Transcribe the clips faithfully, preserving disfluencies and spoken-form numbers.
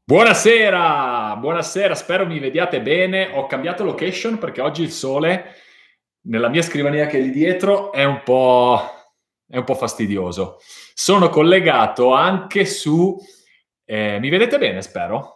Buonasera, buonasera, spero mi vediate bene. Ho cambiato location perché oggi il sole nella mia scrivania che è lì dietro è un po', è un po' fastidioso. Sono collegato anche su... eh, mi vedete bene, spero?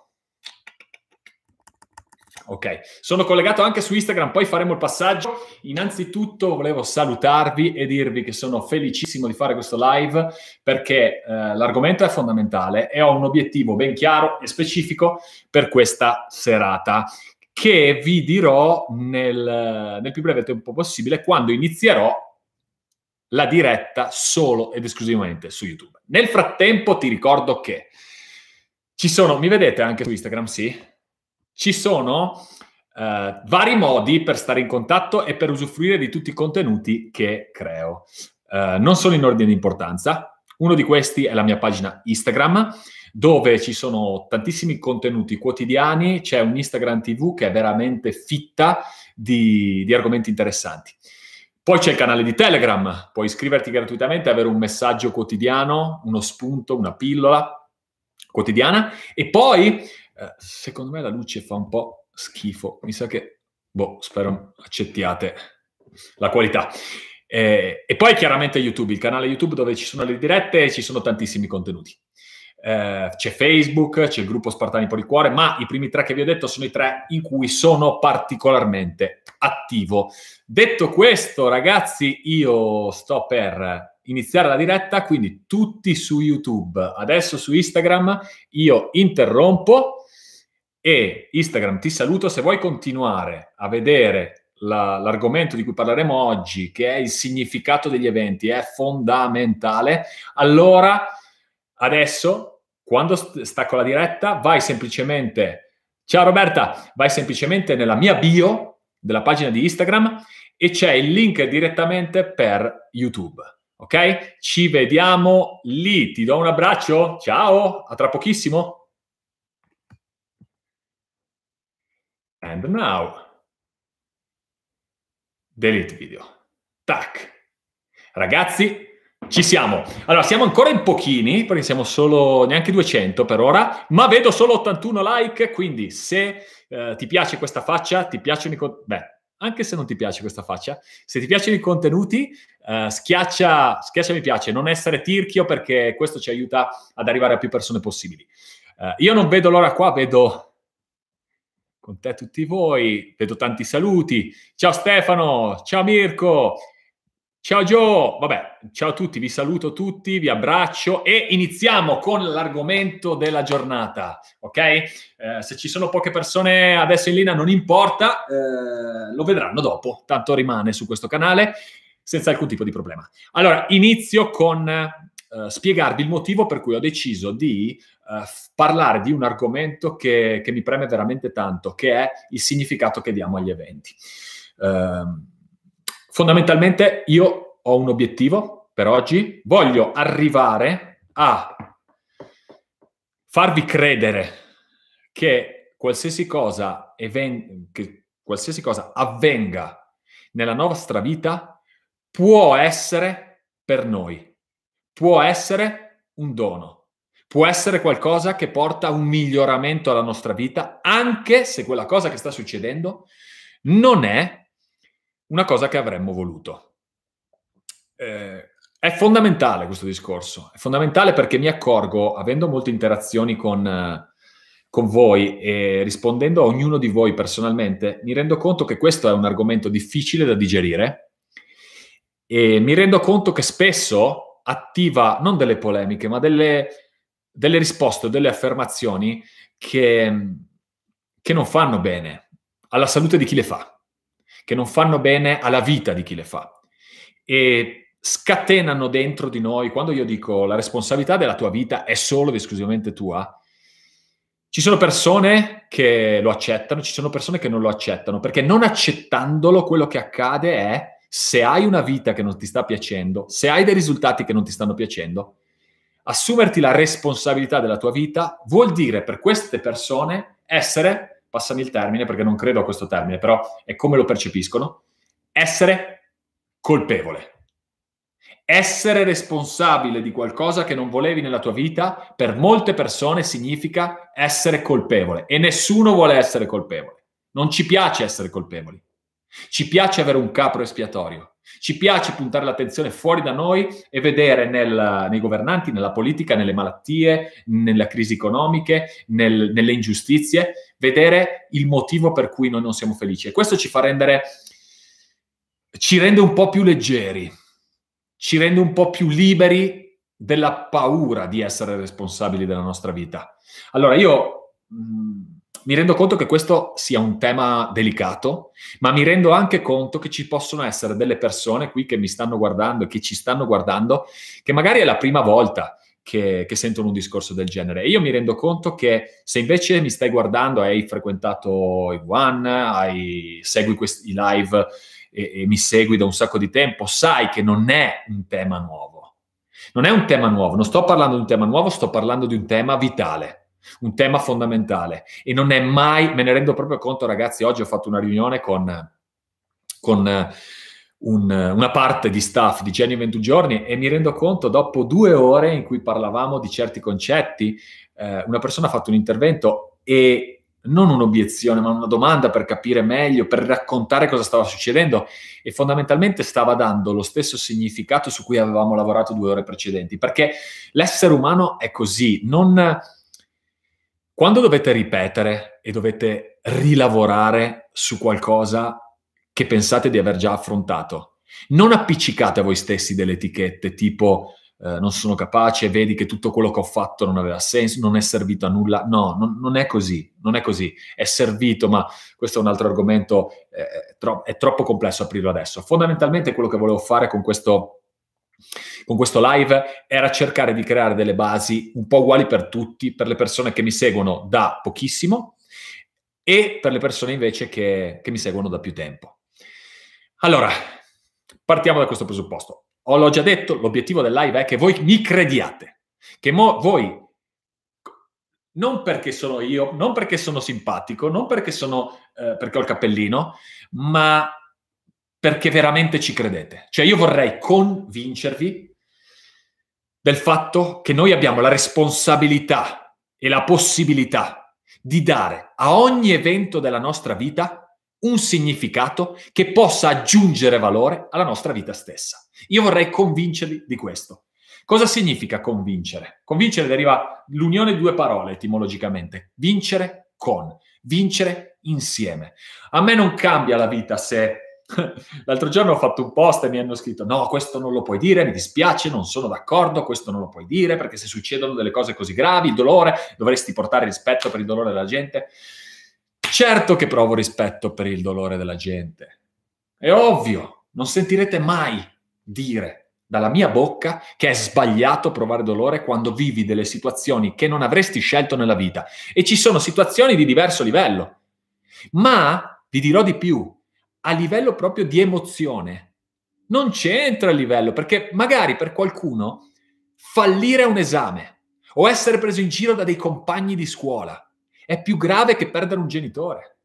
Ok, sono collegato anche su Instagram, poi faremo il passaggio. Innanzitutto volevo salutarvi e dirvi che sono felicissimo di fare questo live perché eh, l'argomento è fondamentale e ho un obiettivo ben chiaro e specifico per questa serata che vi dirò nel, nel più breve tempo possibile quando inizierò la diretta solo ed esclusivamente su YouTube. Nel frattempo ti ricordo che ci sono, mi vedete anche su Instagram, sì? Ci sono eh, vari modi per stare in contatto e per usufruire di tutti i contenuti che creo. Eh, non sono in ordine di importanza. Uno di questi è la mia pagina Instagram, dove ci sono tantissimi contenuti quotidiani. C'è un Instagram T V che è veramente fitta di, di argomenti interessanti. Poi c'è il canale di Telegram, puoi iscriverti gratuitamente, avere un messaggio quotidiano, uno spunto, una pillola quotidiana. E poi, eh, secondo me la luce fa un po' schifo. Mi sa che, boh, spero accettiate la qualità. Eh, e poi chiaramente YouTube, il canale YouTube dove ci sono le dirette e ci sono tantissimi contenuti. Eh, c'è Facebook, c'è il gruppo Spartani per il Cuore, ma i primi tre che vi ho detto sono i tre in cui sono particolarmente attivo. Detto questo, ragazzi, io sto per iniziare la diretta, quindi tutti su YouTube, adesso su Instagram, io interrompo e Instagram ti saluto. Se vuoi continuare a vedere la, l'argomento di cui parleremo oggi, che è il significato degli eventi, è fondamentale, allora adesso, quando stacco la diretta, vai semplicemente, ciao Roberta, vai semplicemente nella mia bio della pagina di Instagram e c'è il link direttamente per YouTube. Ok? Ci vediamo lì. Ti do un abbraccio. Ciao, a tra pochissimo. And now, delete video. Tac. Ragazzi, ci siamo. Allora, siamo ancora in pochini, perché siamo solo neanche duecento per ora, ma vedo solo ottantuno like, quindi se eh, ti piace questa faccia, ti piacciono i contenuti, beh, anche se non ti piace questa faccia, se ti piacciono i contenuti, eh, schiaccia, schiaccia mi piace, non essere tirchio perché questo ci aiuta ad arrivare a più persone possibili. Eh, io non vedo l'ora qua, vedo con te tutti voi, vedo tanti saluti. Ciao Stefano, ciao Mirko, ciao Gio, vabbè, ciao a tutti, vi saluto tutti, vi abbraccio e iniziamo con l'argomento della giornata, ok? Eh, se ci sono poche persone adesso in linea non importa, eh, lo vedranno dopo, tanto rimane su questo canale senza alcun tipo di problema. Allora, inizio con eh, spiegarvi il motivo per cui ho deciso di Uh, parlare di un argomento che, che mi preme veramente tanto, che è il significato che diamo agli eventi. Uh, fondamentalmente io ho un obiettivo per oggi, voglio arrivare a farvi credere che qualsiasi cosa, even- che qualsiasi cosa avvenga nella nostra vita può essere per noi, può essere un dono. Può essere qualcosa che porta a un miglioramento alla nostra vita, anche se quella cosa che sta succedendo non è una cosa che avremmo voluto. Eh, è fondamentale questo discorso, è fondamentale perché mi accorgo, avendo molte interazioni con, eh, con voi e rispondendo a ognuno di voi personalmente, mi rendo conto che questo è un argomento difficile da digerire e mi rendo conto che spesso attiva non delle polemiche, ma delle delle risposte, delle affermazioni che, che non fanno bene alla salute di chi le fa, che non fanno bene alla vita di chi le fa e scatenano dentro di noi, quando io dico la responsabilità della tua vita è solo ed esclusivamente tua, ci sono persone che lo accettano, ci sono persone che non lo accettano, perché non accettandolo quello che accade è, se hai una vita che non ti sta piacendo, se hai dei risultati che non ti stanno piacendo, assumerti la responsabilità della tua vita vuol dire per queste persone essere, passami il termine perché non credo a questo termine, però è come lo percepiscono, essere colpevole. essere responsabile di qualcosa che non volevi nella tua vita, per molte persone significa essere colpevole e nessuno vuole essere colpevole. Non ci piace essere colpevoli. Ci piace avere un capro espiatorio. Ci piace puntare l'attenzione fuori da noi e vedere nel, nei governanti, nella politica, nelle malattie, nelle crisi economiche, nel, nelle ingiustizie, vedere il motivo per cui noi non siamo felici. E questo ci fa rendere, ci rende un po' più leggeri, ci rende un po' più liberi della paura di essere responsabili della nostra vita. Allora io mh, mi rendo conto che questo sia un tema delicato, ma mi rendo anche conto che ci possono essere delle persone qui che mi stanno guardando e che ci stanno guardando, che magari è la prima volta che, che sentono un discorso del genere. E io mi rendo conto che se invece mi stai guardando, hai frequentato i One, hai, segui questi live e, e mi segui da un sacco di tempo, sai che non è un tema nuovo. Non è un tema nuovo, non sto parlando di un tema nuovo, sto parlando di un tema vitale, un tema fondamentale. E non è mai, me ne rendo proprio conto, ragazzi, oggi ho fatto una riunione con, con un, una parte di staff di Genio ventuno giorni e mi rendo conto, dopo due ore in cui parlavamo di certi concetti, eh, una persona ha fatto un intervento e non un'obiezione, ma una domanda per capire meglio, per raccontare cosa stava succedendo e fondamentalmente stava dando lo stesso significato su cui avevamo lavorato due ore precedenti, perché l'essere umano è così, non... Quando dovete ripetere e dovete rilavorare su qualcosa che pensate di aver già affrontato, non appiccicate a voi stessi delle etichette tipo eh, non sono capace, vedi che tutto quello che ho fatto non aveva senso, non è servito a nulla. No, non, non è così, non è così. È servito, ma questo è un altro argomento, eh, è, tro- è troppo complesso aprirlo adesso. Fondamentalmente quello che volevo fare con questo, con questo live era cercare di creare delle basi un po' uguali per tutti, per le persone che mi seguono da pochissimo e per le persone invece che, che mi seguono da più tempo. Allora, partiamo da questo presupposto. O l'ho già detto, l'obiettivo del live è che voi mi crediate, che mo voi, non perché sono io, non perché sono simpatico, non perché sono eh, perché ho il cappellino, ma perché veramente ci credete. Cioè io vorrei convincervi del fatto che noi abbiamo la responsabilità e la possibilità di dare a ogni evento della nostra vita un significato che possa aggiungere valore alla nostra vita stessa. Io vorrei convincervi di questo. Cosa significa convincere? Convincere deriva l'unione di due parole etimologicamente. Vincere con, vincere insieme. A me non cambia la vita se... L'altro giorno ho fatto un post e mi hanno scritto no, questo non lo puoi dire, mi dispiace, non sono d'accordo, questo non lo puoi dire perché se succedono delle cose così gravi, il dolore, dovresti portare rispetto per il dolore della gente. Certo che provo rispetto per il dolore della gente. È ovvio, non sentirete mai dire dalla mia bocca che è sbagliato provare dolore quando vivi delle situazioni che non avresti scelto nella vita. E ci sono situazioni di diverso livello. Ma, vi dirò di più, a livello proprio di emozione, non c'entra il livello, perché magari per qualcuno fallire un esame o essere preso in giro da dei compagni di scuola è più grave che perdere un genitore.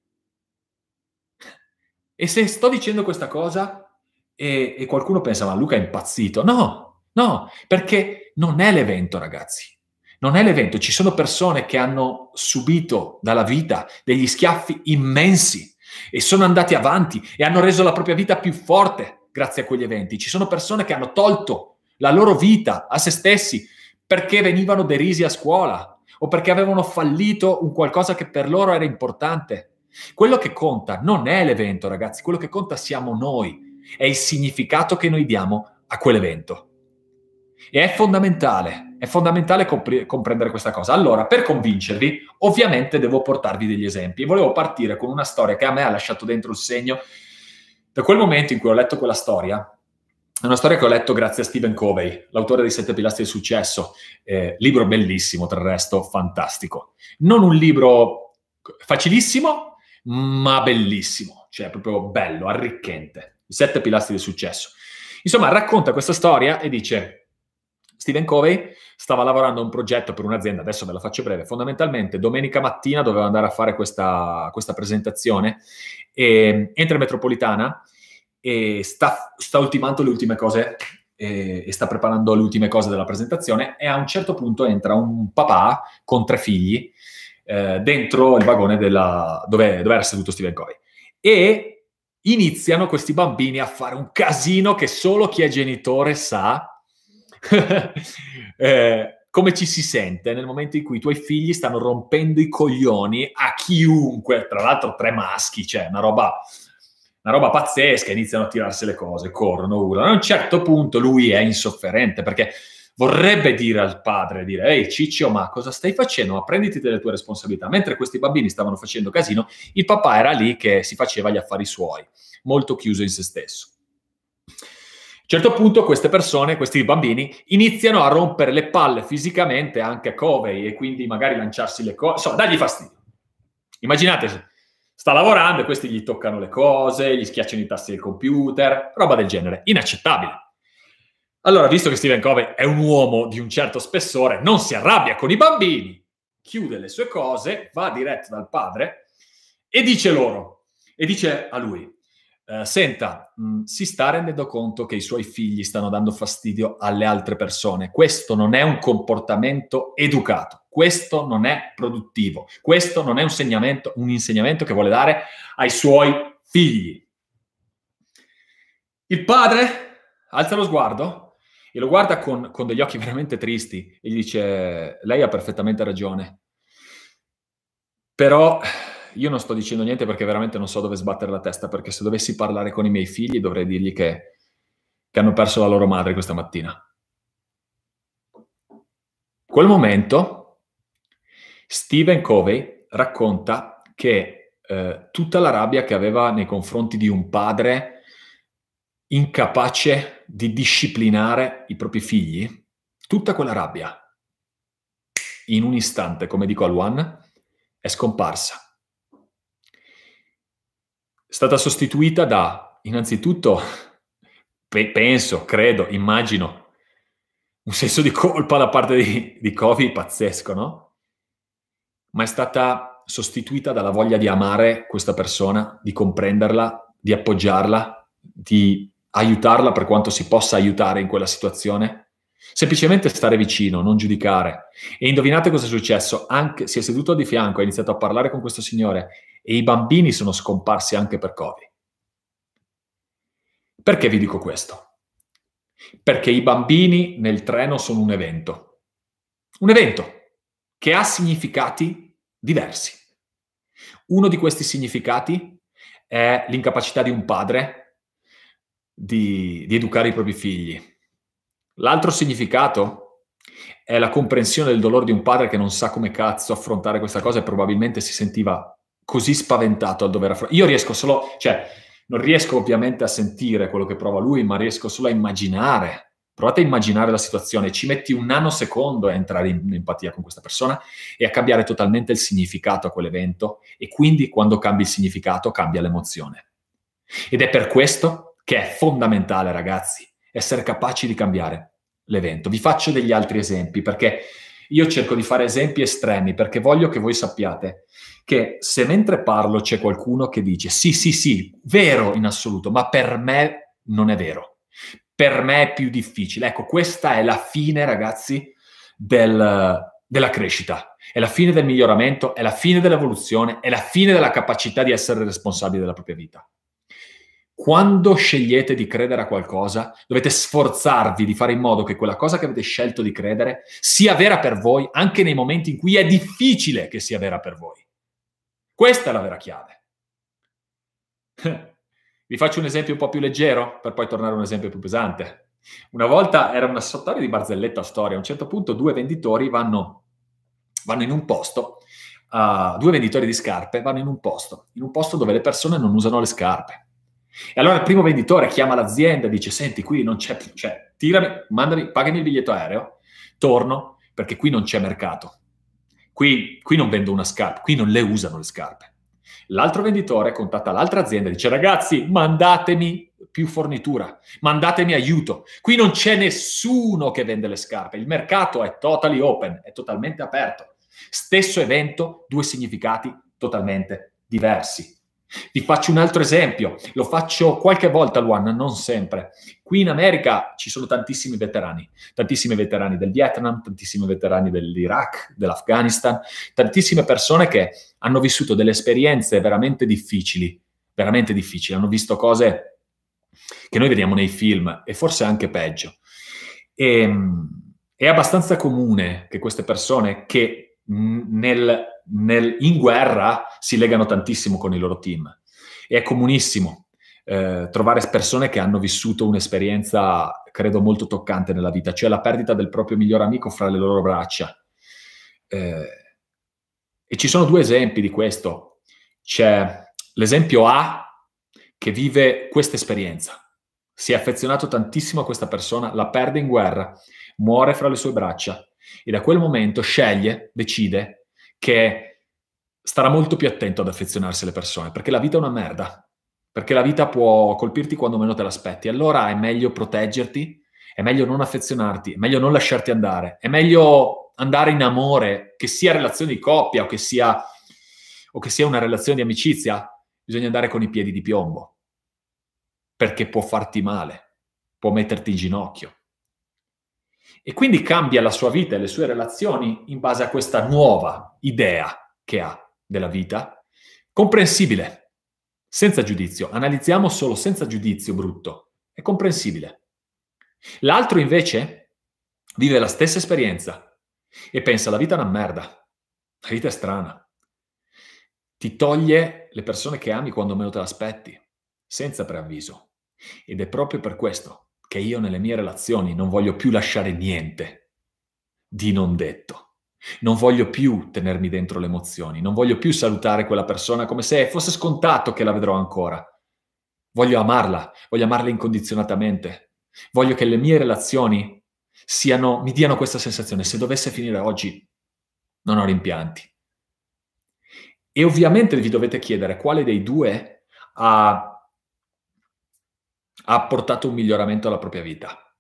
E se sto dicendo questa cosa e, e qualcuno pensa, ma Luca è impazzito. No, no, perché non è l'evento, ragazzi. Non è l'evento. Ci sono persone che hanno subito dalla vita degli schiaffi immensi e sono andati avanti e hanno reso la propria vita più forte grazie a quegli eventi. Ci sono persone che hanno tolto la loro vita a se stessi perché venivano derisi a scuola o perché avevano fallito un qualcosa che per loro era importante. Quello che conta non è l'evento, ragazzi, quello che conta siamo noi, è il significato che noi diamo a quell'evento. E è fondamentale, è fondamentale compre- comprendere questa cosa. Allora, per convincervi, ovviamente devo portarvi degli esempi. E volevo partire con una storia che a me ha lasciato dentro il segno. Da quel momento in cui ho letto quella storia, è una storia che ho letto grazie a Stephen Covey, l'autore dei Sette Pilastri del Successo, eh, libro bellissimo, tra il resto, fantastico. Non un libro facilissimo, ma bellissimo, cioè proprio bello, arricchente. I Sette Pilastri del Successo. Insomma, racconta questa storia e dice... Stephen Covey stava lavorando a un progetto per un'azienda, adesso ve la faccio breve, fondamentalmente domenica mattina doveva andare a fare questa, questa presentazione, e entra in metropolitana e sta, sta ultimando le ultime cose e, e sta preparando le ultime cose della presentazione e a un certo punto entra un papà con tre figli eh, dentro il vagone della, dove, dove era seduto Stephen Covey. E iniziano questi bambini a fare un casino che solo chi è genitore sa eh, come ci si sente nel momento in cui i tuoi figli stanno rompendo i coglioni a chiunque, tra l'altro tre maschi, cioè una roba, una roba pazzesca, iniziano a tirarsi le cose, corrono, urlano. A un certo punto lui è insofferente perché vorrebbe dire al padre, dire, ehi Ciccio, ma cosa stai facendo? Ma prenditi delle tue responsabilità. Mentre questi bambini stavano facendo casino, il papà era lì che si faceva gli affari suoi, molto chiuso in se stesso. A un certo punto queste persone, questi bambini, iniziano a rompere le palle fisicamente anche a Covey e quindi magari lanciarsi le cose, insomma, dargli fastidio. Immaginate, sta lavorando e questi gli toccano le cose, gli schiacciano i tasti del computer, roba del genere, inaccettabile. Allora, visto che Stephen Covey è un uomo di un certo spessore, non si arrabbia con i bambini, chiude le sue cose, va diretto dal padre e dice loro, e dice a lui, Uh, senta, mh, si sta rendendo conto che i suoi figli stanno dando fastidio alle altre persone. Questo non è un comportamento educato, questo non è produttivo, questo non è un insegnamento, un insegnamento che vuole dare ai suoi figli. Il padre alza lo sguardo e lo guarda con, con degli occhi veramente tristi e gli dice, lei ha perfettamente ragione, però io non sto dicendo niente perché veramente non so dove sbattere la testa, perché se dovessi parlare con i miei figli dovrei dirgli che, che hanno perso la loro madre questa mattina. In quel momento Stephen Covey racconta che eh, tutta la rabbia che aveva nei confronti di un padre incapace di disciplinare i propri figli, tutta quella rabbia, in un istante, come dico a Luan, è scomparsa. È stata sostituita da, innanzitutto, pe- penso, credo, immagino, un senso di colpa da parte di, di Covey pazzesco, no? Ma è stata sostituita dalla voglia di amare questa persona, di comprenderla, di appoggiarla, di aiutarla per quanto si possa aiutare in quella situazione. Semplicemente stare vicino, non giudicare. E indovinate cosa è successo? Anche, si è seduto di fianco, ha iniziato a parlare con questo signore e i bambini sono scomparsi anche per Covey. Perché vi dico questo? Perché i bambini nel treno sono un evento. Un evento che ha significati diversi. Uno di questi significati è l'incapacità di un padre di, di educare i propri figli. L'altro significato è la comprensione del dolore di un padre che non sa come cazzo affrontare questa cosa e probabilmente si sentiva così spaventato al dover affrontare. Io riesco solo, cioè, non riesco ovviamente a sentire quello che prova lui, ma riesco solo a immaginare. Provate a immaginare la situazione, ci metti un nanosecondo a entrare in empatia con questa persona e a cambiare totalmente il significato a quell'evento e quindi quando cambi il significato cambia l'emozione. Ed è per questo che è fondamentale, ragazzi, essere capaci di cambiare l'evento. Vi faccio degli altri esempi perché io cerco di fare esempi estremi perché voglio che voi sappiate che se mentre parlo c'è qualcuno che dice sì, sì, sì, vero in assoluto, ma per me non è vero. Per me è più difficile. Ecco, questa è la fine, ragazzi, del, della crescita. È la fine del miglioramento, è la fine dell'evoluzione, è la fine della capacità di essere responsabili della propria vita. Quando scegliete di credere a qualcosa, dovete sforzarvi di fare in modo che quella cosa che avete scelto di credere sia vera per voi, anche nei momenti in cui è difficile che sia vera per voi. Questa è la vera chiave. Vi faccio un esempio un po' più leggero, per poi tornare a un esempio più pesante. Una volta era una storia di barzelletta a storia. A un certo punto due venditori vanno, vanno in un posto, uh, due venditori di scarpe vanno in un posto, in un posto dove le persone non usano le scarpe. E allora il primo venditore chiama l'azienda e dice, senti, qui non c'è, cioè, tirami, mandami, pagami il biglietto aereo, torno, perché qui non c'è mercato. Qui, qui non vendo una scarpa, qui non le usano le scarpe. L'altro venditore contatta l'altra azienda e dice, ragazzi, mandatemi più fornitura, mandatemi aiuto. Qui non c'è nessuno che vende le scarpe, il mercato è totally open, è totalmente aperto. Stesso evento, due significati totalmente diversi. Vi faccio un altro esempio, lo faccio qualche volta, Luan, non sempre. Qui in America ci sono tantissimi veterani, tantissimi veterani del Vietnam, tantissimi veterani dell'Iraq, dell'Afghanistan, tantissime persone che hanno vissuto delle esperienze veramente difficili, veramente difficili, hanno visto cose che noi vediamo nei film e forse anche peggio. E, è abbastanza comune che queste persone che nel, nel, in guerra si legano tantissimo con i loro team. E è comunissimo eh, trovare persone che hanno vissuto un'esperienza, credo, molto toccante nella vita, cioè la perdita del proprio migliore amico fra le loro braccia. Eh, e ci sono due esempi di questo. C'è l'esempio A, che vive questa esperienza. Si è affezionato tantissimo a questa persona, la perde in guerra, muore fra le sue braccia e da quel momento sceglie, decide che starà molto più attento ad affezionarsi alle persone, perché la vita è una merda, perché la vita può colpirti quando meno te l'aspetti. Allora è meglio proteggerti, è meglio non affezionarti, è meglio non lasciarti andare, è meglio andare in amore, che sia relazione di coppia o che sia, o che sia una relazione di amicizia, bisogna andare con i piedi di piombo, perché può farti male, può metterti in ginocchio. E quindi cambia la sua vita e le sue relazioni in base a questa nuova idea che ha della vita, comprensibile, senza giudizio. Analizziamo solo senza giudizio brutto, è comprensibile. L'altro invece vive la stessa esperienza e pensa: la vita è una merda, la vita è strana. Ti toglie le persone che ami quando meno te l'aspetti, senza preavviso. Ed è proprio per questo che io nelle mie relazioni non voglio più lasciare niente di non detto. Non voglio più tenermi dentro le emozioni, non voglio più salutare quella persona come se fosse scontato che la vedrò ancora. Voglio amarla, voglio amarla incondizionatamente. Voglio che le mie relazioni siano, mi diano questa sensazione: se dovesse finire oggi, non ho rimpianti. E ovviamente vi dovete chiedere quale dei due ha ha portato un miglioramento alla propria vita.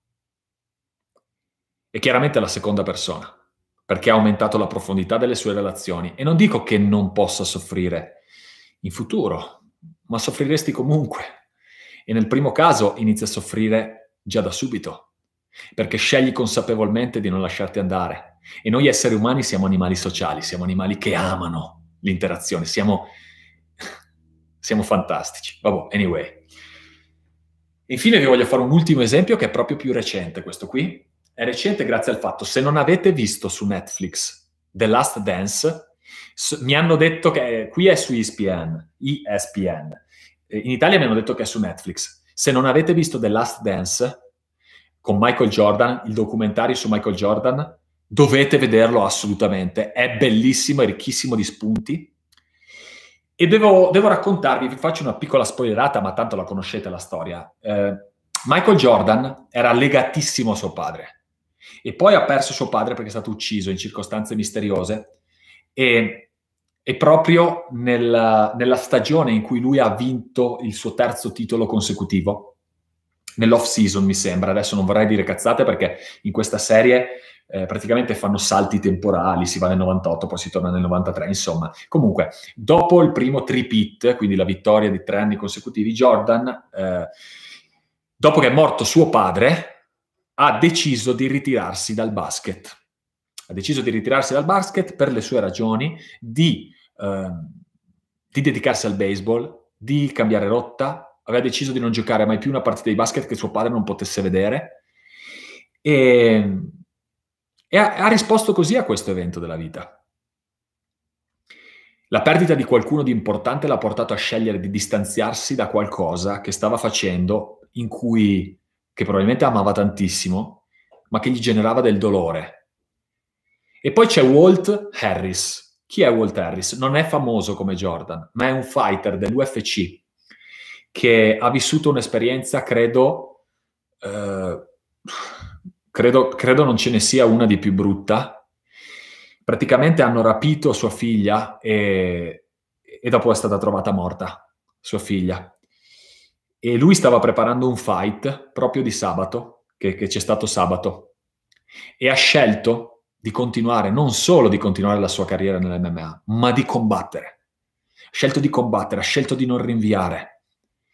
E chiaramente la seconda persona, perché ha aumentato la profondità delle sue relazioni. E non dico che non possa soffrire in futuro, ma soffriresti comunque. E nel primo caso inizi a soffrire già da subito, perché scegli consapevolmente di non lasciarti andare. E noi esseri umani siamo animali sociali, siamo animali che amano l'interazione, siamo, siamo fantastici. Vabbè, anyway. Infine vi voglio fare un ultimo esempio che è proprio più recente, questo qui. È recente grazie al fatto, se non avete visto su Netflix The Last Dance, mi hanno detto che qui è su E S P N, E S P N. In Italia mi hanno detto che è su Netflix. Se non avete visto The Last Dance con Michael Jordan, il documentario su Michael Jordan, dovete vederlo assolutamente. È bellissimo, è ricchissimo di spunti. E devo, devo raccontarvi, vi faccio una piccola spoilerata, ma tanto la conoscete la storia. Eh, Michael Jordan era legatissimo a suo padre e poi ha perso suo padre perché è stato ucciso in circostanze misteriose e, e proprio nel, nella stagione in cui lui ha vinto il suo terzo titolo consecutivo, nell'off season mi sembra, adesso non vorrei dire cazzate perché in questa serie Eh, praticamente fanno salti temporali, si va nel novantotto, poi si torna nel novantatré, insomma. Comunque, dopo il primo three-peat, quindi la vittoria di tre anni consecutivi, Jordan, eh, dopo che è morto suo padre, ha deciso di ritirarsi dal basket. Ha deciso di ritirarsi dal basket per le sue ragioni, di, eh, di dedicarsi al baseball, di cambiare rotta. Aveva deciso di non giocare mai più una partita di basket che suo padre non potesse vedere. E... E ha, ha risposto così a questo evento della vita. La perdita di qualcuno di importante l'ha portato a scegliere di distanziarsi da qualcosa che stava facendo, in cui, che probabilmente amava tantissimo, ma che gli generava del dolore. E poi c'è Walt Harris. Chi è Walt Harris? Non è famoso come Jordan, ma è un fighter dell'U F C che ha vissuto un'esperienza, credo... Eh, Credo, credo non ce ne sia una di più brutta. Praticamente hanno rapito sua figlia e, e dopo è stata trovata morta, sua figlia. E lui stava preparando un fight proprio di sabato, che, che c'è stato sabato, e ha scelto di continuare, non solo di continuare la sua carriera nell'M M A, ma di combattere. scelto di combattere, ha scelto di non rinviare.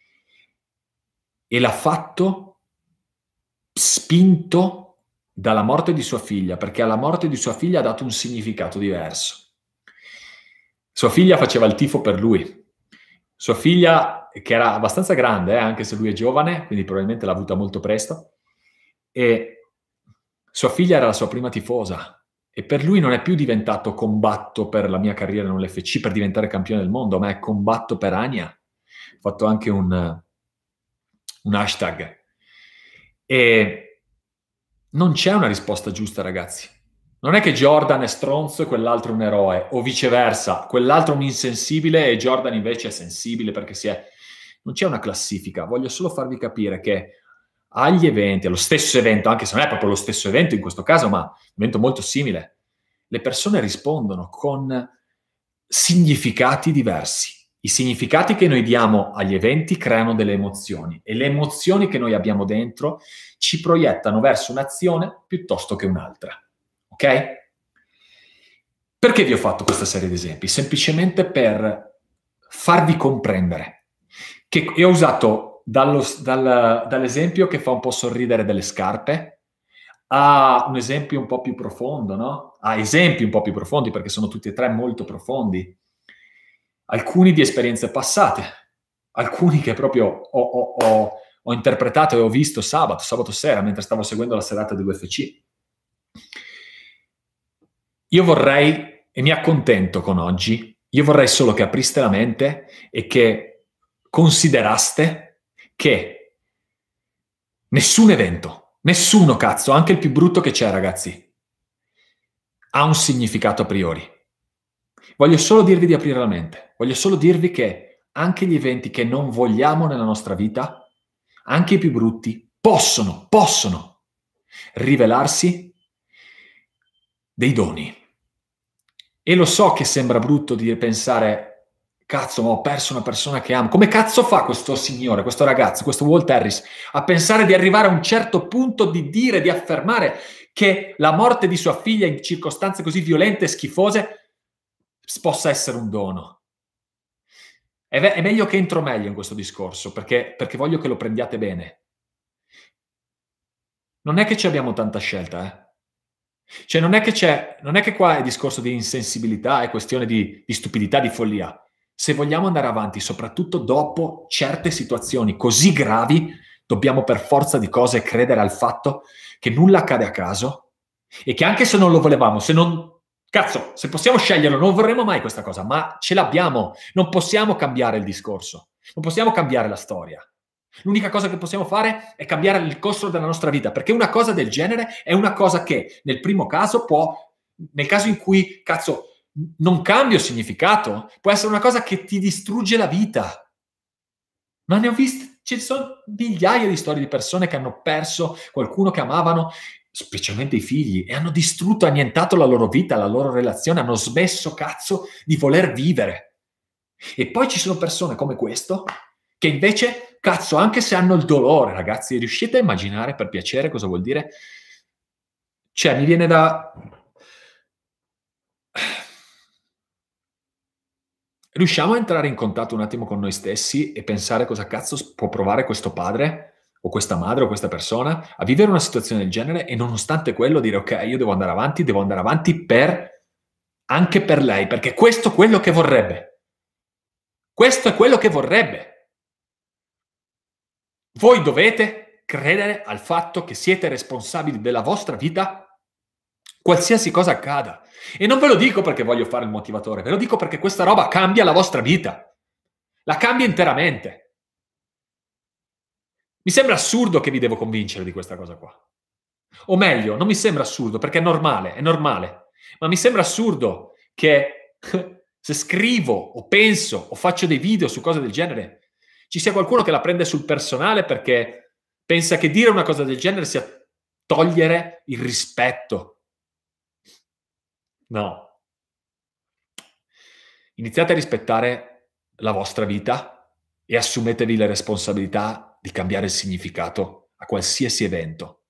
E l'ha fatto spinto dalla morte di sua figlia, perché alla morte di sua figlia ha dato un significato diverso. Sua figlia faceva il tifo per lui. Sua figlia, che era abbastanza grande, eh, anche se lui è giovane, quindi probabilmente l'ha avuta molto presto, e sua figlia era la sua prima tifosa. E per lui non è più diventato combatto per la mia carriera in un F C per diventare campione del mondo, ma è combatto per Ania. Ho fatto anche un, un hashtag. E non c'è una risposta giusta, ragazzi. Non è che Jordan è stronzo e quell'altro è un eroe, o viceversa, quell'altro è un insensibile e Jordan invece è sensibile perché si è... Non c'è una classifica, voglio solo farvi capire che agli eventi, allo stesso evento, anche se non è proprio lo stesso evento in questo caso, ma un evento molto simile, le persone rispondono con significati diversi. I significati che noi diamo agli eventi creano delle emozioni e le emozioni che noi abbiamo dentro ci proiettano verso un'azione piuttosto che un'altra. Ok? Perché vi ho fatto questa serie di esempi? Semplicemente per farvi comprendere che e ho usato dallo, dal, dall'esempio che fa un po' sorridere delle scarpe a un esempio un po' più profondo, no? A esempi un po' più profondi, perché sono tutti e tre molto profondi. Alcuni di esperienze passate, alcuni che proprio ho, ho, ho, ho interpretato e ho visto sabato, sabato sera, mentre stavo seguendo la serata dell'U F C. Io vorrei, e mi accontento con oggi, io vorrei solo che apriste la mente e che consideraste che nessun evento, nessuno cazzo, anche il più brutto che c'è, ragazzi, ha un significato a priori. Voglio solo dirvi di aprire la mente, voglio solo dirvi che anche gli eventi che non vogliamo nella nostra vita, anche i più brutti, possono, possono rivelarsi dei doni. E lo so che sembra brutto di pensare, cazzo, ma ho perso una persona che amo. Come cazzo fa questo signore, questo ragazzo, questo Walt Harris, a pensare di arrivare a un certo punto di dire, di affermare che la morte di sua figlia in circostanze così violente e schifose possa essere un dono? È, ve- è meglio che entro meglio in questo discorso, perché, perché voglio che lo prendiate bene. Non è che ci abbiamo tanta scelta, eh. Cioè non è che c'è, non è che qua è discorso di insensibilità, è questione di, di stupidità, di follia. Se vogliamo andare avanti, soprattutto dopo certe situazioni così gravi, dobbiamo per forza di cose credere al fatto che nulla accade a caso e che anche se non lo volevamo, se non... Cazzo, se possiamo sceglierlo, non vorremmo mai questa cosa, ma ce l'abbiamo. Non possiamo cambiare il discorso, non possiamo cambiare la storia. L'unica cosa che possiamo fare è cambiare il corso della nostra vita, perché una cosa del genere è una cosa che nel primo caso può, nel caso in cui, cazzo, non cambio significato, può essere una cosa che ti distrugge la vita. Ma ne ho viste, ci sono migliaia di storie di persone che hanno perso qualcuno che amavano, specialmente i figli, e hanno distrutto, annientato la loro vita, la loro relazione, hanno smesso, cazzo, di voler vivere. E poi ci sono persone come questo che invece, cazzo, anche se hanno il dolore, ragazzi, riuscite a immaginare, per piacere, cosa vuol dire? Cioè, mi viene da... Riusciamo a entrare in contatto un attimo con noi stessi e pensare cosa cazzo può provare questo padre o questa madre o questa persona a vivere una situazione del genere e nonostante quello dire ok, io devo andare avanti, devo andare avanti per... anche per lei, perché questo è quello che vorrebbe. Questo è quello che vorrebbe. Voi dovete credere al fatto che siete responsabili della vostra vita, qualsiasi cosa accada. E non ve lo dico perché voglio fare il motivatore, ve lo dico perché questa roba cambia la vostra vita. La cambia interamente. Mi sembra assurdo che vi devo convincere di questa cosa qua. O meglio, non mi sembra assurdo perché è normale, è normale. Ma mi sembra assurdo che se scrivo o penso o faccio dei video su cose del genere ci sia qualcuno che la prende sul personale perché pensa che dire una cosa del genere sia togliere il rispetto. No. Iniziate a rispettare la vostra vita e assumetevi la responsabilità di cambiare il significato a qualsiasi evento.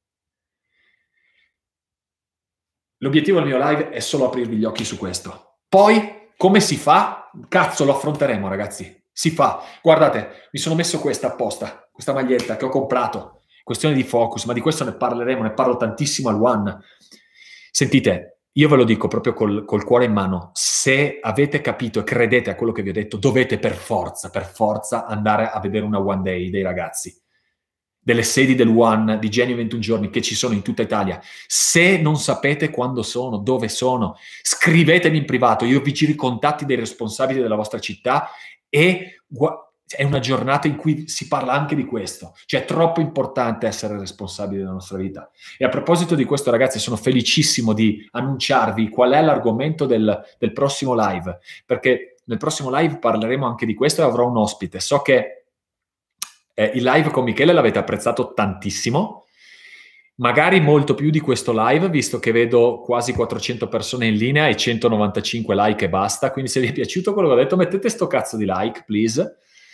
L'obiettivo del mio live è solo aprirvi gli occhi su questo. Poi Come si fa? Cazzo, lo affronteremo, ragazzi. Si fa. Guardate, mi sono messo questa apposta, questa maglietta che ho comprato. Questione di focus, ma di questo ne parleremo, ne parlo tantissimo al One. Sentite, io ve lo dico proprio col, col cuore in mano, se avete capito e credete a quello che vi ho detto, dovete per forza, per forza andare a vedere una One Day dei ragazzi, delle sedi del One, di Genio ventuno giorni, che ci sono in tutta Italia. Se non sapete quando sono, dove sono, scrivetemi in privato, io vi giro i contatti dei responsabili della vostra città e è una giornata in cui si parla anche di questo. Cioè è troppo importante essere responsabili della nostra vita. E a proposito di questo, ragazzi, sono felicissimo di annunciarvi qual è l'argomento del, del prossimo live, perché nel prossimo live parleremo anche di questo e avrò un ospite. So che Eh, il live con Michele l'avete apprezzato tantissimo, magari molto più di questo live, visto che vedo quasi quattrocento persone in linea e centonovantacinque like e basta, quindi se vi è piaciuto quello che ho detto mettete sto cazzo di like, please.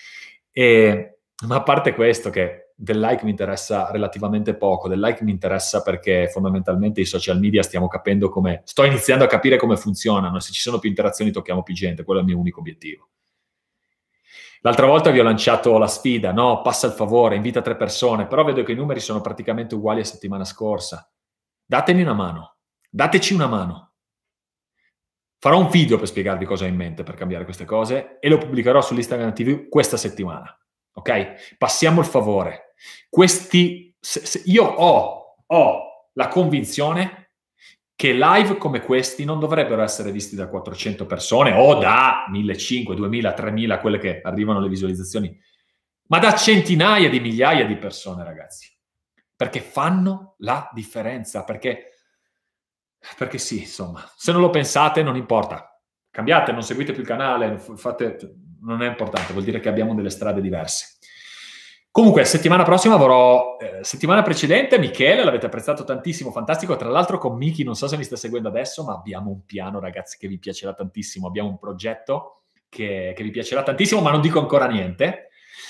E, ma a parte questo, che del like mi interessa relativamente poco, del like mi interessa perché fondamentalmente i social media stiamo capendo come, sto iniziando a capire come funzionano, se ci sono più interazioni tocchiamo più gente, quello è il mio unico obiettivo. L'altra volta vi ho lanciato la sfida, no? Passa il favore, invita tre persone, però vedo che i numeri sono praticamente uguali a settimana scorsa. Datemi una mano, dateci una mano. Farò un video per spiegarvi cosa ho in mente per cambiare queste cose e lo pubblicherò sull'Instagram T V questa settimana, ok? Passiamo il favore. Questi, se, se io ho, ho la convinzione che live come questi non dovrebbero essere visti da quattrocento persone o da millecinquecento, duemila, tremila, quelle che arrivano le visualizzazioni, ma da centinaia di migliaia di persone, ragazzi. Perché fanno la differenza, perché, perché sì, insomma, se non lo pensate non importa. Cambiate, non seguite più il canale, fate, non è importante, vuol dire che abbiamo delle strade diverse. Comunque, settimana prossima avrò, eh, settimana precedente, Michele, l'avete apprezzato tantissimo, fantastico, tra l'altro con Miki, non so se mi sta seguendo adesso, ma abbiamo un piano, ragazzi, che vi piacerà tantissimo, abbiamo un progetto che, che vi piacerà tantissimo, ma non dico ancora niente.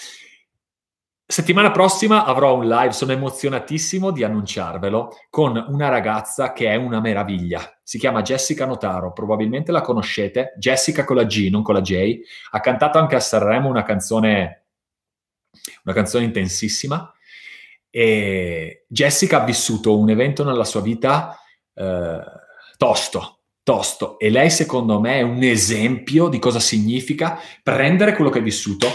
Settimana prossima avrò un live, sono emozionatissimo di annunciarvelo, con una ragazza che è una meraviglia, si chiama Jessica Notaro, probabilmente la conoscete, Jessica con la G, non con la J, ha cantato anche a Sanremo una canzone... una canzone intensissima, e Jessica ha vissuto un evento nella sua vita eh, tosto, tosto, e lei secondo me è un esempio di cosa significa prendere quello che hai vissuto.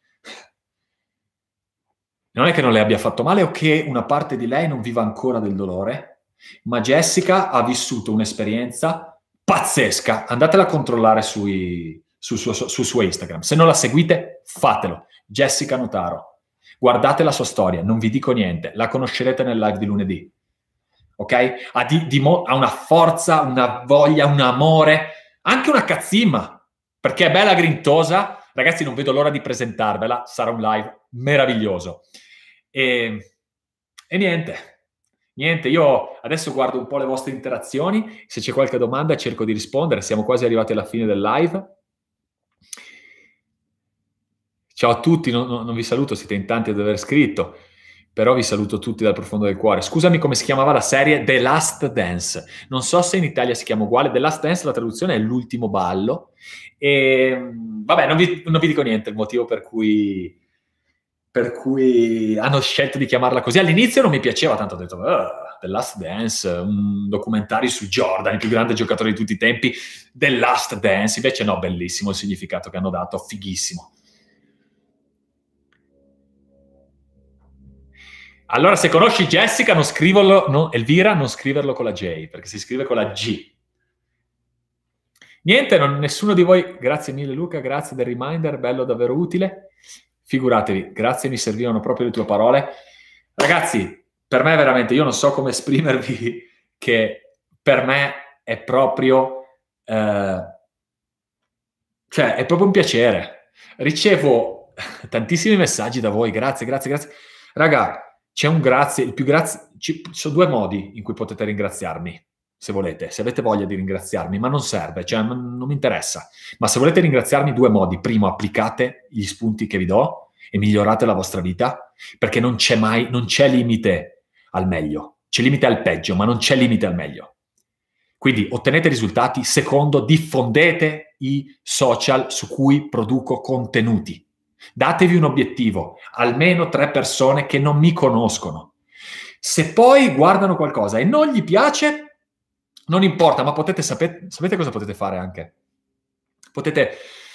Non è che non le abbia fatto male o che una parte di lei non viva ancora del dolore, ma Jessica ha vissuto un'esperienza pazzesca. Andatela a controllare sui, sul, suo, sul suo Instagram. Se non la seguite, fatelo. Jessica Notaro. Guardate la sua storia, non vi dico niente, la conoscerete nel live di lunedì. Ok? Ha, di, di mo- ha una forza, una voglia, un amore, anche una cazzimma, perché è bella grintosa. Ragazzi, non vedo l'ora di presentarvela, sarà un live meraviglioso. E, e niente, niente, io adesso guardo un po' le vostre interazioni, se c'è qualche domanda cerco di rispondere, siamo quasi arrivati alla fine del live. Ciao a tutti, non, non vi saluto, siete in tanti ad aver scritto, però vi saluto tutti dal profondo del cuore. Scusami, come si chiamava la serie? The Last Dance. Non so se in Italia si chiama uguale. The Last Dance, la traduzione è L'ultimo ballo. E vabbè, non vi, non vi dico niente, il motivo per cui, per cui hanno scelto di chiamarla così. All'inizio non mi piaceva tanto, ho detto oh, The Last Dance, un documentario su Jordan, il più grande giocatore di tutti i tempi, The Last Dance. Invece no, bellissimo il significato che hanno dato, fighissimo. Allora, se conosci Jessica, non scriverlo, no, Elvira, non scriverlo con la J, perché si scrive con la G. Niente, non, nessuno di voi... Grazie mille Luca, grazie del reminder, bello, davvero utile. Figuratevi, grazie, mi servivano proprio le tue parole. Ragazzi, per me veramente, io non so come esprimervi, che per me è proprio... Eh, cioè, è proprio un piacere. Ricevo tantissimi messaggi da voi, grazie, grazie, grazie. Raga, c'è un grazie, il più grazie, ci sono due modi in cui potete ringraziarmi, se volete, se avete voglia di ringraziarmi, ma non serve, cioè non, non mi interessa. Ma se volete ringraziarmi, due modi. Primo, applicate gli spunti che vi do e migliorate la vostra vita, perché non c'è mai, non c'è limite al meglio. C'è limite al peggio, ma non c'è limite al meglio. Quindi ottenete risultati. Secondo, diffondete i social su cui produco contenuti. Datevi un obiettivo, almeno tre persone che non mi conoscono. Se poi guardano qualcosa e non gli piace, non importa, ma potete sapere, sapete cosa potete fare anche? Potete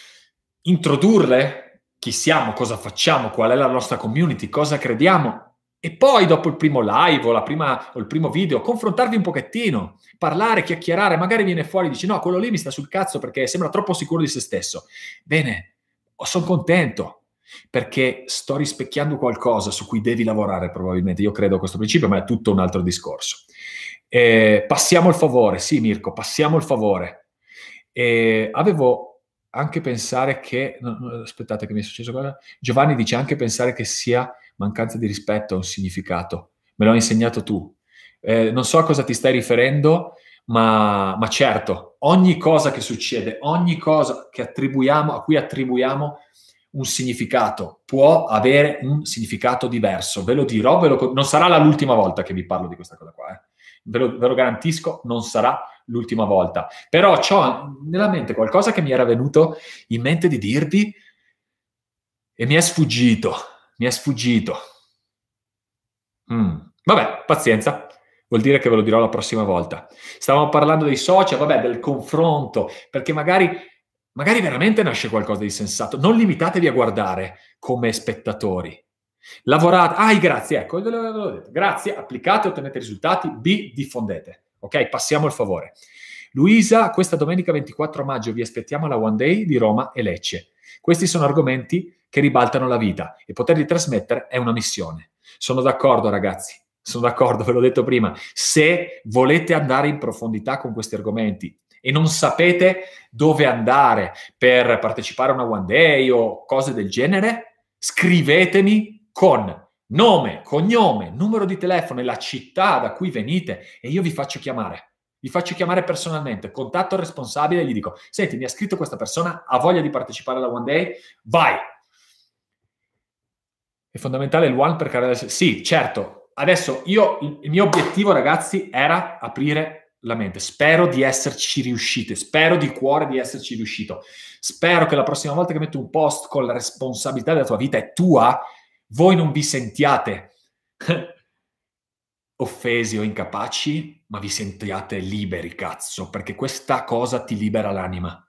introdurre chi siamo, cosa facciamo, qual è la nostra community, cosa crediamo, e poi dopo il primo live o, la prima, o il primo video confrontarvi un pochettino, parlare, chiacchierare, magari viene fuori e dici no, quello lì mi sta sul cazzo perché sembra troppo sicuro di se stesso. Bene, sono contento perché sto rispecchiando qualcosa su cui devi lavorare probabilmente. Io credo a questo principio, ma è tutto un altro discorso. Eh, passiamo il favore, sì Mirko, passiamo il favore. Eh, avevo anche pensare che, no, no, aspettate che mi è successo cosa, Giovanni dice anche pensare che sia mancanza di rispetto ha un significato. Me l'hai insegnato tu. Eh, non so a cosa ti stai riferendo, ma, ma certo, ogni cosa che succede, ogni cosa che attribuiamo, a cui attribuiamo un significato, può avere un significato diverso. Ve lo dirò, ve lo, non sarà l'ultima volta che vi parlo di questa cosa qua. Eh. Ve, lo, ve lo garantisco, non sarà l'ultima volta. Però ho nella mente qualcosa che mi era venuto in mente di dirvi e mi è sfuggito. Mi è sfuggito. Mm. Vabbè, pazienza. Vuol dire che ve lo dirò la prossima volta. Stavamo parlando dei social, vabbè, del confronto, perché magari, magari veramente nasce qualcosa di sensato. Non limitatevi a guardare come spettatori. Lavorate. Ah, grazie, ecco, ve l'avevo detto. Grazie, applicate, ottenete risultati. B, diffondete. Ok, passiamo il favore. Luisa, questa domenica ventiquattro maggio vi aspettiamo alla One Day di Roma e Lecce. Questi sono argomenti che ribaltano la vita e poterli trasmettere è una missione. Sono d'accordo, ragazzi, sono d'accordo, ve l'ho detto prima. Se volete andare in profondità con questi argomenti e non sapete dove andare per partecipare a una One Day o cose del genere, scrivetemi con nome, cognome, numero di telefono e la città da cui venite e io vi faccio chiamare. Vi faccio chiamare personalmente, contatto il responsabile e gli dico: senti, mi ha scritto questa persona, ha voglia di partecipare alla One Day, vai! È fondamentale il one per creare... Sì, certo. Adesso io, il, il mio obiettivo, ragazzi, era aprire la mente. Spero di esserci riusciti, spero di cuore di esserci riuscito. Spero che la prossima volta che metto un post con la responsabilità della tua vita è tua, voi non vi sentiate offesi o incapaci, ma vi sentiate liberi, cazzo, perché questa cosa ti libera l'anima.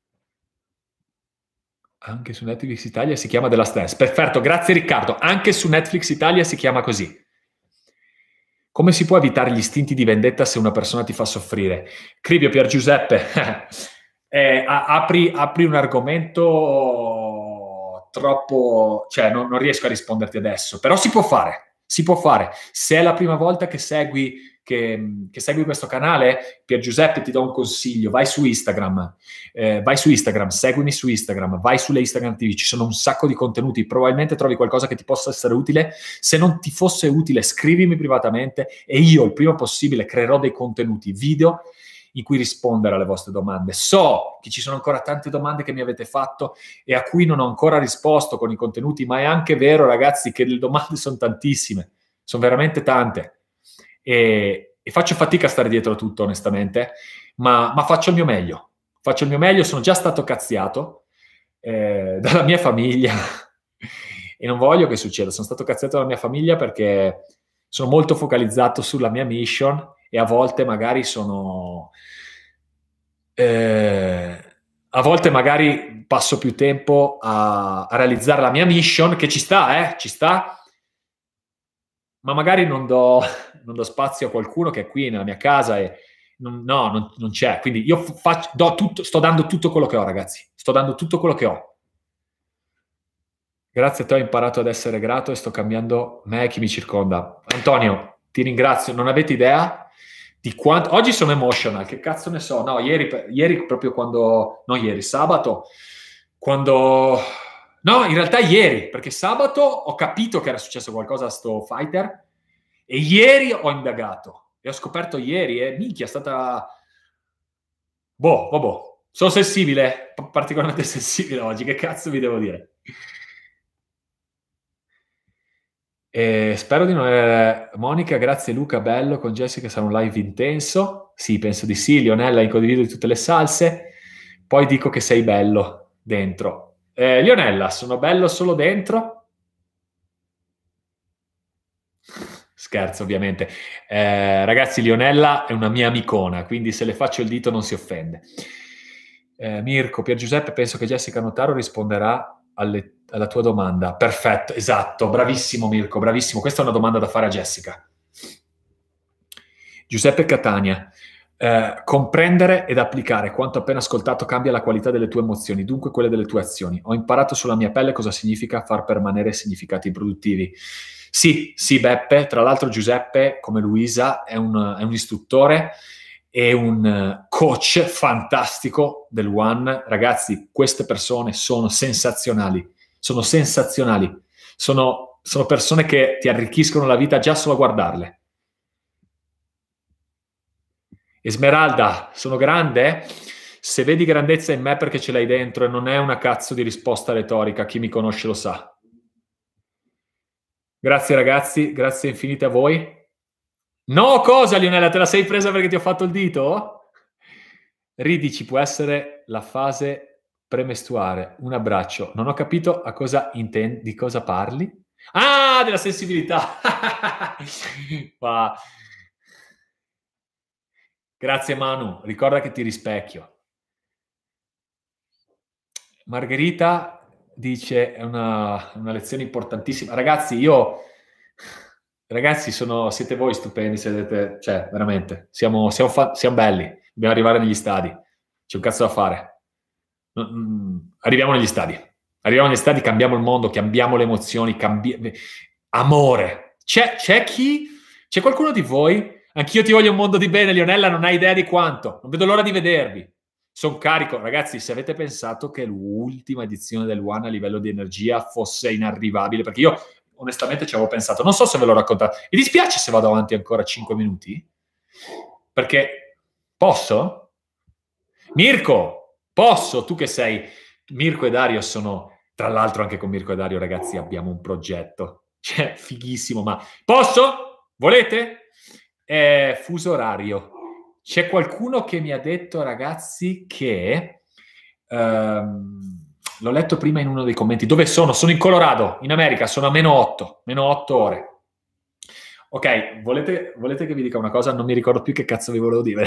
Anche su Netflix Italia si chiama della stessa. Perfetto, grazie Riccardo. Anche su Netflix Italia si chiama così. Come si può evitare gli istinti di vendetta se una persona ti fa soffrire? Cribio Pier Giuseppe, eh, apri, apri un argomento troppo... Cioè, non, non riesco a risponderti adesso, però si può fare, si può fare. Se è la prima volta che segui... Che, che segui questo canale, Pier Giuseppe, ti do un consiglio: vai su Instagram, eh, vai su Instagram, seguimi su Instagram, vai sulle Instagram T V, ci sono un sacco di contenuti, probabilmente trovi qualcosa che ti possa essere utile. Se non ti fosse utile, scrivimi privatamente e io il prima possibile creerò dei contenuti video in cui rispondere alle vostre domande. So che ci sono ancora tante domande che mi avete fatto e a cui non ho ancora risposto con i contenuti, ma è anche vero, ragazzi, che le domande sono tantissime, sono veramente tante. E, e faccio fatica a stare dietro a tutto, onestamente, ma, ma faccio il mio meglio. Faccio il mio meglio, sono già stato cazziato eh, dalla mia famiglia e non voglio che succeda. Sono stato cazziato dalla mia famiglia perché sono molto focalizzato sulla mia mission e a volte magari sono... Eh, a volte magari passo più tempo a, a realizzare la mia mission, che ci sta, eh, ci sta, ma magari non do, non do spazio a qualcuno che è qui nella mia casa e non, no, non, non c'è. Quindi io faccio, do tutto, sto dando tutto quello che ho, ragazzi. Sto dando tutto quello che ho. Grazie a te ho imparato ad essere grato e sto cambiando me e chi mi circonda. Antonio, ti ringrazio. Non avete idea di quanto... Oggi sono emotional, che cazzo ne so. No, ieri, ieri proprio quando... No, ieri, sabato, quando... No, in realtà ieri, perché sabato ho capito che era successo qualcosa a sto fighter e ieri ho indagato e ho scoperto ieri e eh, minchia è stata... Boh, vabbè, sono sensibile, particolarmente sensibile oggi, che cazzo vi devo dire? E spero di non avere... Monica, grazie Luca, bello, con Jessica sarà un live intenso. Sì, penso di sì. Lionella, in condivido di tutte le salse. Poi dico che sei bello dentro. Eh, Lionella, sono bello solo dentro? Scherzo, ovviamente. Eh, ragazzi, Lionella è una mia amicona, quindi se le faccio il dito non si offende. Eh, Mirko, Pier Giuseppe, penso che Jessica Notaro risponderà alle- alla tua domanda. Perfetto, esatto, bravissimo Mirko, bravissimo. Questa è una domanda da fare a Jessica. Giuseppe Catania, eh, comprendere ed applicare quanto appena ascoltato cambia la qualità delle tue emozioni, dunque quelle delle tue azioni. Ho imparato sulla mia pelle cosa significa far permanere significati produttivi. Sì, sì, Beppe. Tra l'altro Giuseppe, come Luisa, è un, è un istruttore e un coach fantastico del One. Ragazzi, queste persone sono sensazionali, sono sensazionali. Sono, sono persone che ti arricchiscono la vita già solo a guardarle. Esmeralda, sono grande? Se vedi grandezza in me perché ce l'hai dentro e non è una cazzo di risposta retorica, chi mi conosce lo sa. Grazie ragazzi, grazie infinite a voi. No, cosa Lionella, te la sei presa perché ti ho fatto il dito? Ridi, ci può essere la fase premestuare. Un abbraccio. Non ho capito a cosa intendi, di cosa parli. Ah, della sensibilità. Ma... Grazie Manu, ricorda che ti rispecchio. Margherita dice, è una, una lezione importantissima. Ragazzi, io... Ragazzi, sono, siete voi stupendi, siete, cioè, veramente, siamo, siamo, fa- siamo belli, dobbiamo arrivare negli stadi, c'è un cazzo da fare. Mm, arriviamo negli stadi, arriviamo negli stadi, cambiamo il mondo, cambiamo le emozioni, cambi- amore. C'è, c'è chi, c'è qualcuno di voi? Anch'io ti voglio un mondo di bene, Lionella, non hai idea di quanto, non vedo l'ora di vedervi. Sono carico, ragazzi, se avete pensato che l'ultima edizione del One a livello di energia fosse inarrivabile, perché io onestamente ci avevo pensato, non so se ve l'ho raccontato. Mi dispiace se vado avanti ancora cinque minuti? Perché posso? Mirko, posso? Tu che sei... Mirko e Dario sono... Tra l'altro anche con Mirko e Dario, ragazzi, abbiamo un progetto. Cioè, fighissimo, ma... Posso? Volete? È fuso orario. C'è qualcuno che mi ha detto, ragazzi, che... Ehm, l'ho letto prima in uno dei commenti. Dove sono? Sono in Colorado, in America, sono a meno otto, meno otto ore. Ok, volete, volete che vi dica una cosa? Non mi ricordo più che cazzo vi volevo dire.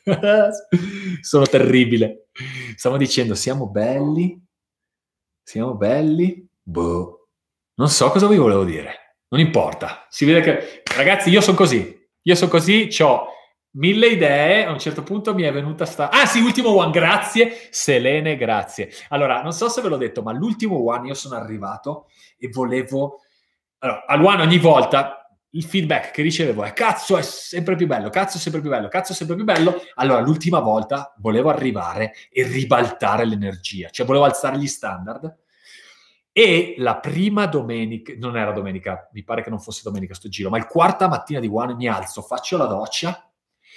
Sono terribile. Stavo dicendo, siamo belli, siamo belli, boh. Non so cosa vi volevo dire. Non importa. Si vede che... Ragazzi, io sono così. Io sono così, ho mille idee, a un certo punto mi è venuta sta... Ah sì, ultimo one, grazie. Selene, grazie. Allora, non so se ve l'ho detto, ma l'ultimo one io sono arrivato e volevo... Allora, al one ogni volta il feedback che ricevevo è cazzo è sempre più bello, cazzo è sempre più bello, cazzo è sempre più bello. Allora, l'ultima volta volevo arrivare e ribaltare l'energia, cioè volevo alzare gli standard. E la prima domenica, non era domenica, mi pare che non fosse domenica sto giro, ma il quarta mattina di One mi alzo, faccio la doccia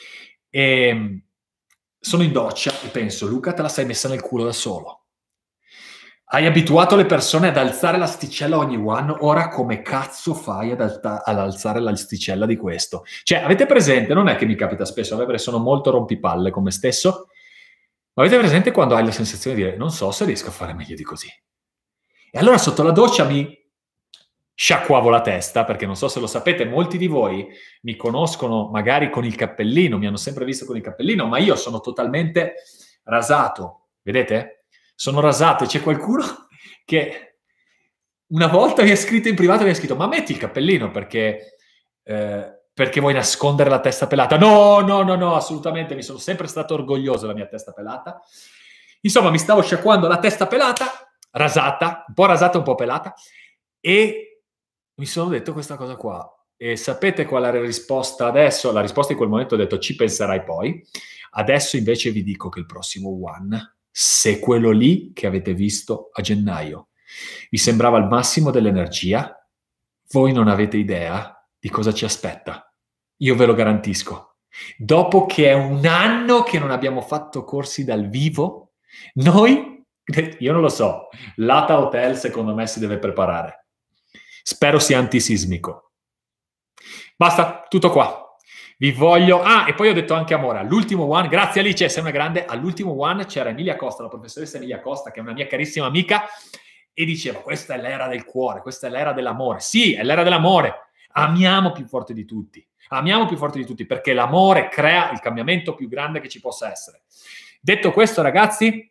e sono in doccia e penso, Luca, te la sei messa nel culo da solo. Hai abituato le persone ad alzare l'asticella ogni one, ora come cazzo fai ad, alta- ad alzare l'asticella di questo? Cioè, avete presente, non è che mi capita spesso, perché sono molto rompipalle con me stesso, ma avete presente quando hai la sensazione di dire, non so se riesco a fare meglio di così? E allora sotto la doccia mi sciacquavo la testa, perché non so se lo sapete, molti di voi mi conoscono magari con il cappellino, mi hanno sempre visto con il cappellino, ma io sono totalmente rasato, vedete? Sono rasato e c'è qualcuno che una volta mi ha scritto in privato, mi ha scritto, ma metti il cappellino perché, eh, perché vuoi nascondere la testa pelata? No, no, no, no, assolutamente, mi sono sempre stato orgoglioso della mia testa pelata. Insomma, mi stavo sciacquando la testa pelata, rasata, un po' rasata, un po' pelata, e mi sono detto questa cosa qua. E sapete qual è la risposta adesso? La risposta in quel momento ho detto ci penserai poi. Adesso invece vi dico che il prossimo One, se quello lì che avete visto a gennaio vi sembrava il massimo dell'energia, voi non avete idea di cosa ci aspetta. Io ve lo garantisco. Dopo che è un anno che non abbiamo fatto corsi dal vivo, noi, io non lo so, l'Ata Hotel secondo me si deve preparare. Spero sia antisismico. Basta, tutto qua. Vi voglio... Ah, e poi ho detto anche amore. All'ultimo one, grazie Alice, sei una grande. All'ultimo one c'era Emilia Costa, la professoressa Emilia Costa, che è una mia carissima amica, e diceva, questa è l'era del cuore, questa è l'era dell'amore. Sì, è l'era dell'amore. Amiamo più forte di tutti. Amiamo più forte di tutti, perché l'amore crea il cambiamento più grande che ci possa essere. Detto questo, ragazzi,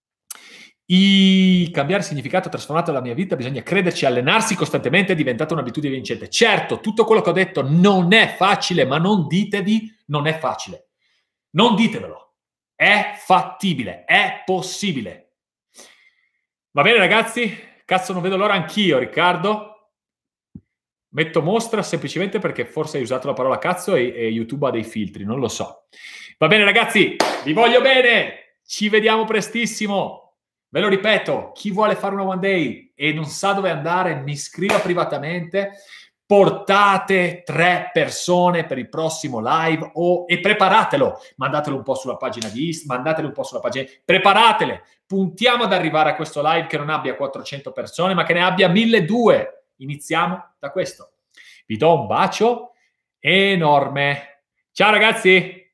il cambiare significato trasformato la mia vita, bisogna crederci, allenarsi costantemente, è diventata un'abitudine vincente. Certo, tutto quello che ho detto non è facile, ma non ditevi non è facile. Non ditevelo. È fattibile, è possibile. Va bene ragazzi? Cazzo, non vedo l'ora anch'io, Riccardo. Metto mostra semplicemente perché forse hai usato la parola cazzo e, e YouTube ha dei filtri, non lo so. Va bene ragazzi, vi voglio bene, ci vediamo prestissimo. Ve lo ripeto, chi vuole fare una one day e non sa dove andare, mi scriva privatamente, portate tre persone per il prossimo live o, e preparatelo, mandatelo un po' sulla pagina di Instagram, mandatelo un po' sulla pagina, preparatele, puntiamo ad arrivare a questo live che non abbia quattrocento persone, ma che ne abbia milleduecento. Iniziamo da questo. Vi do un bacio enorme. Ciao ragazzi!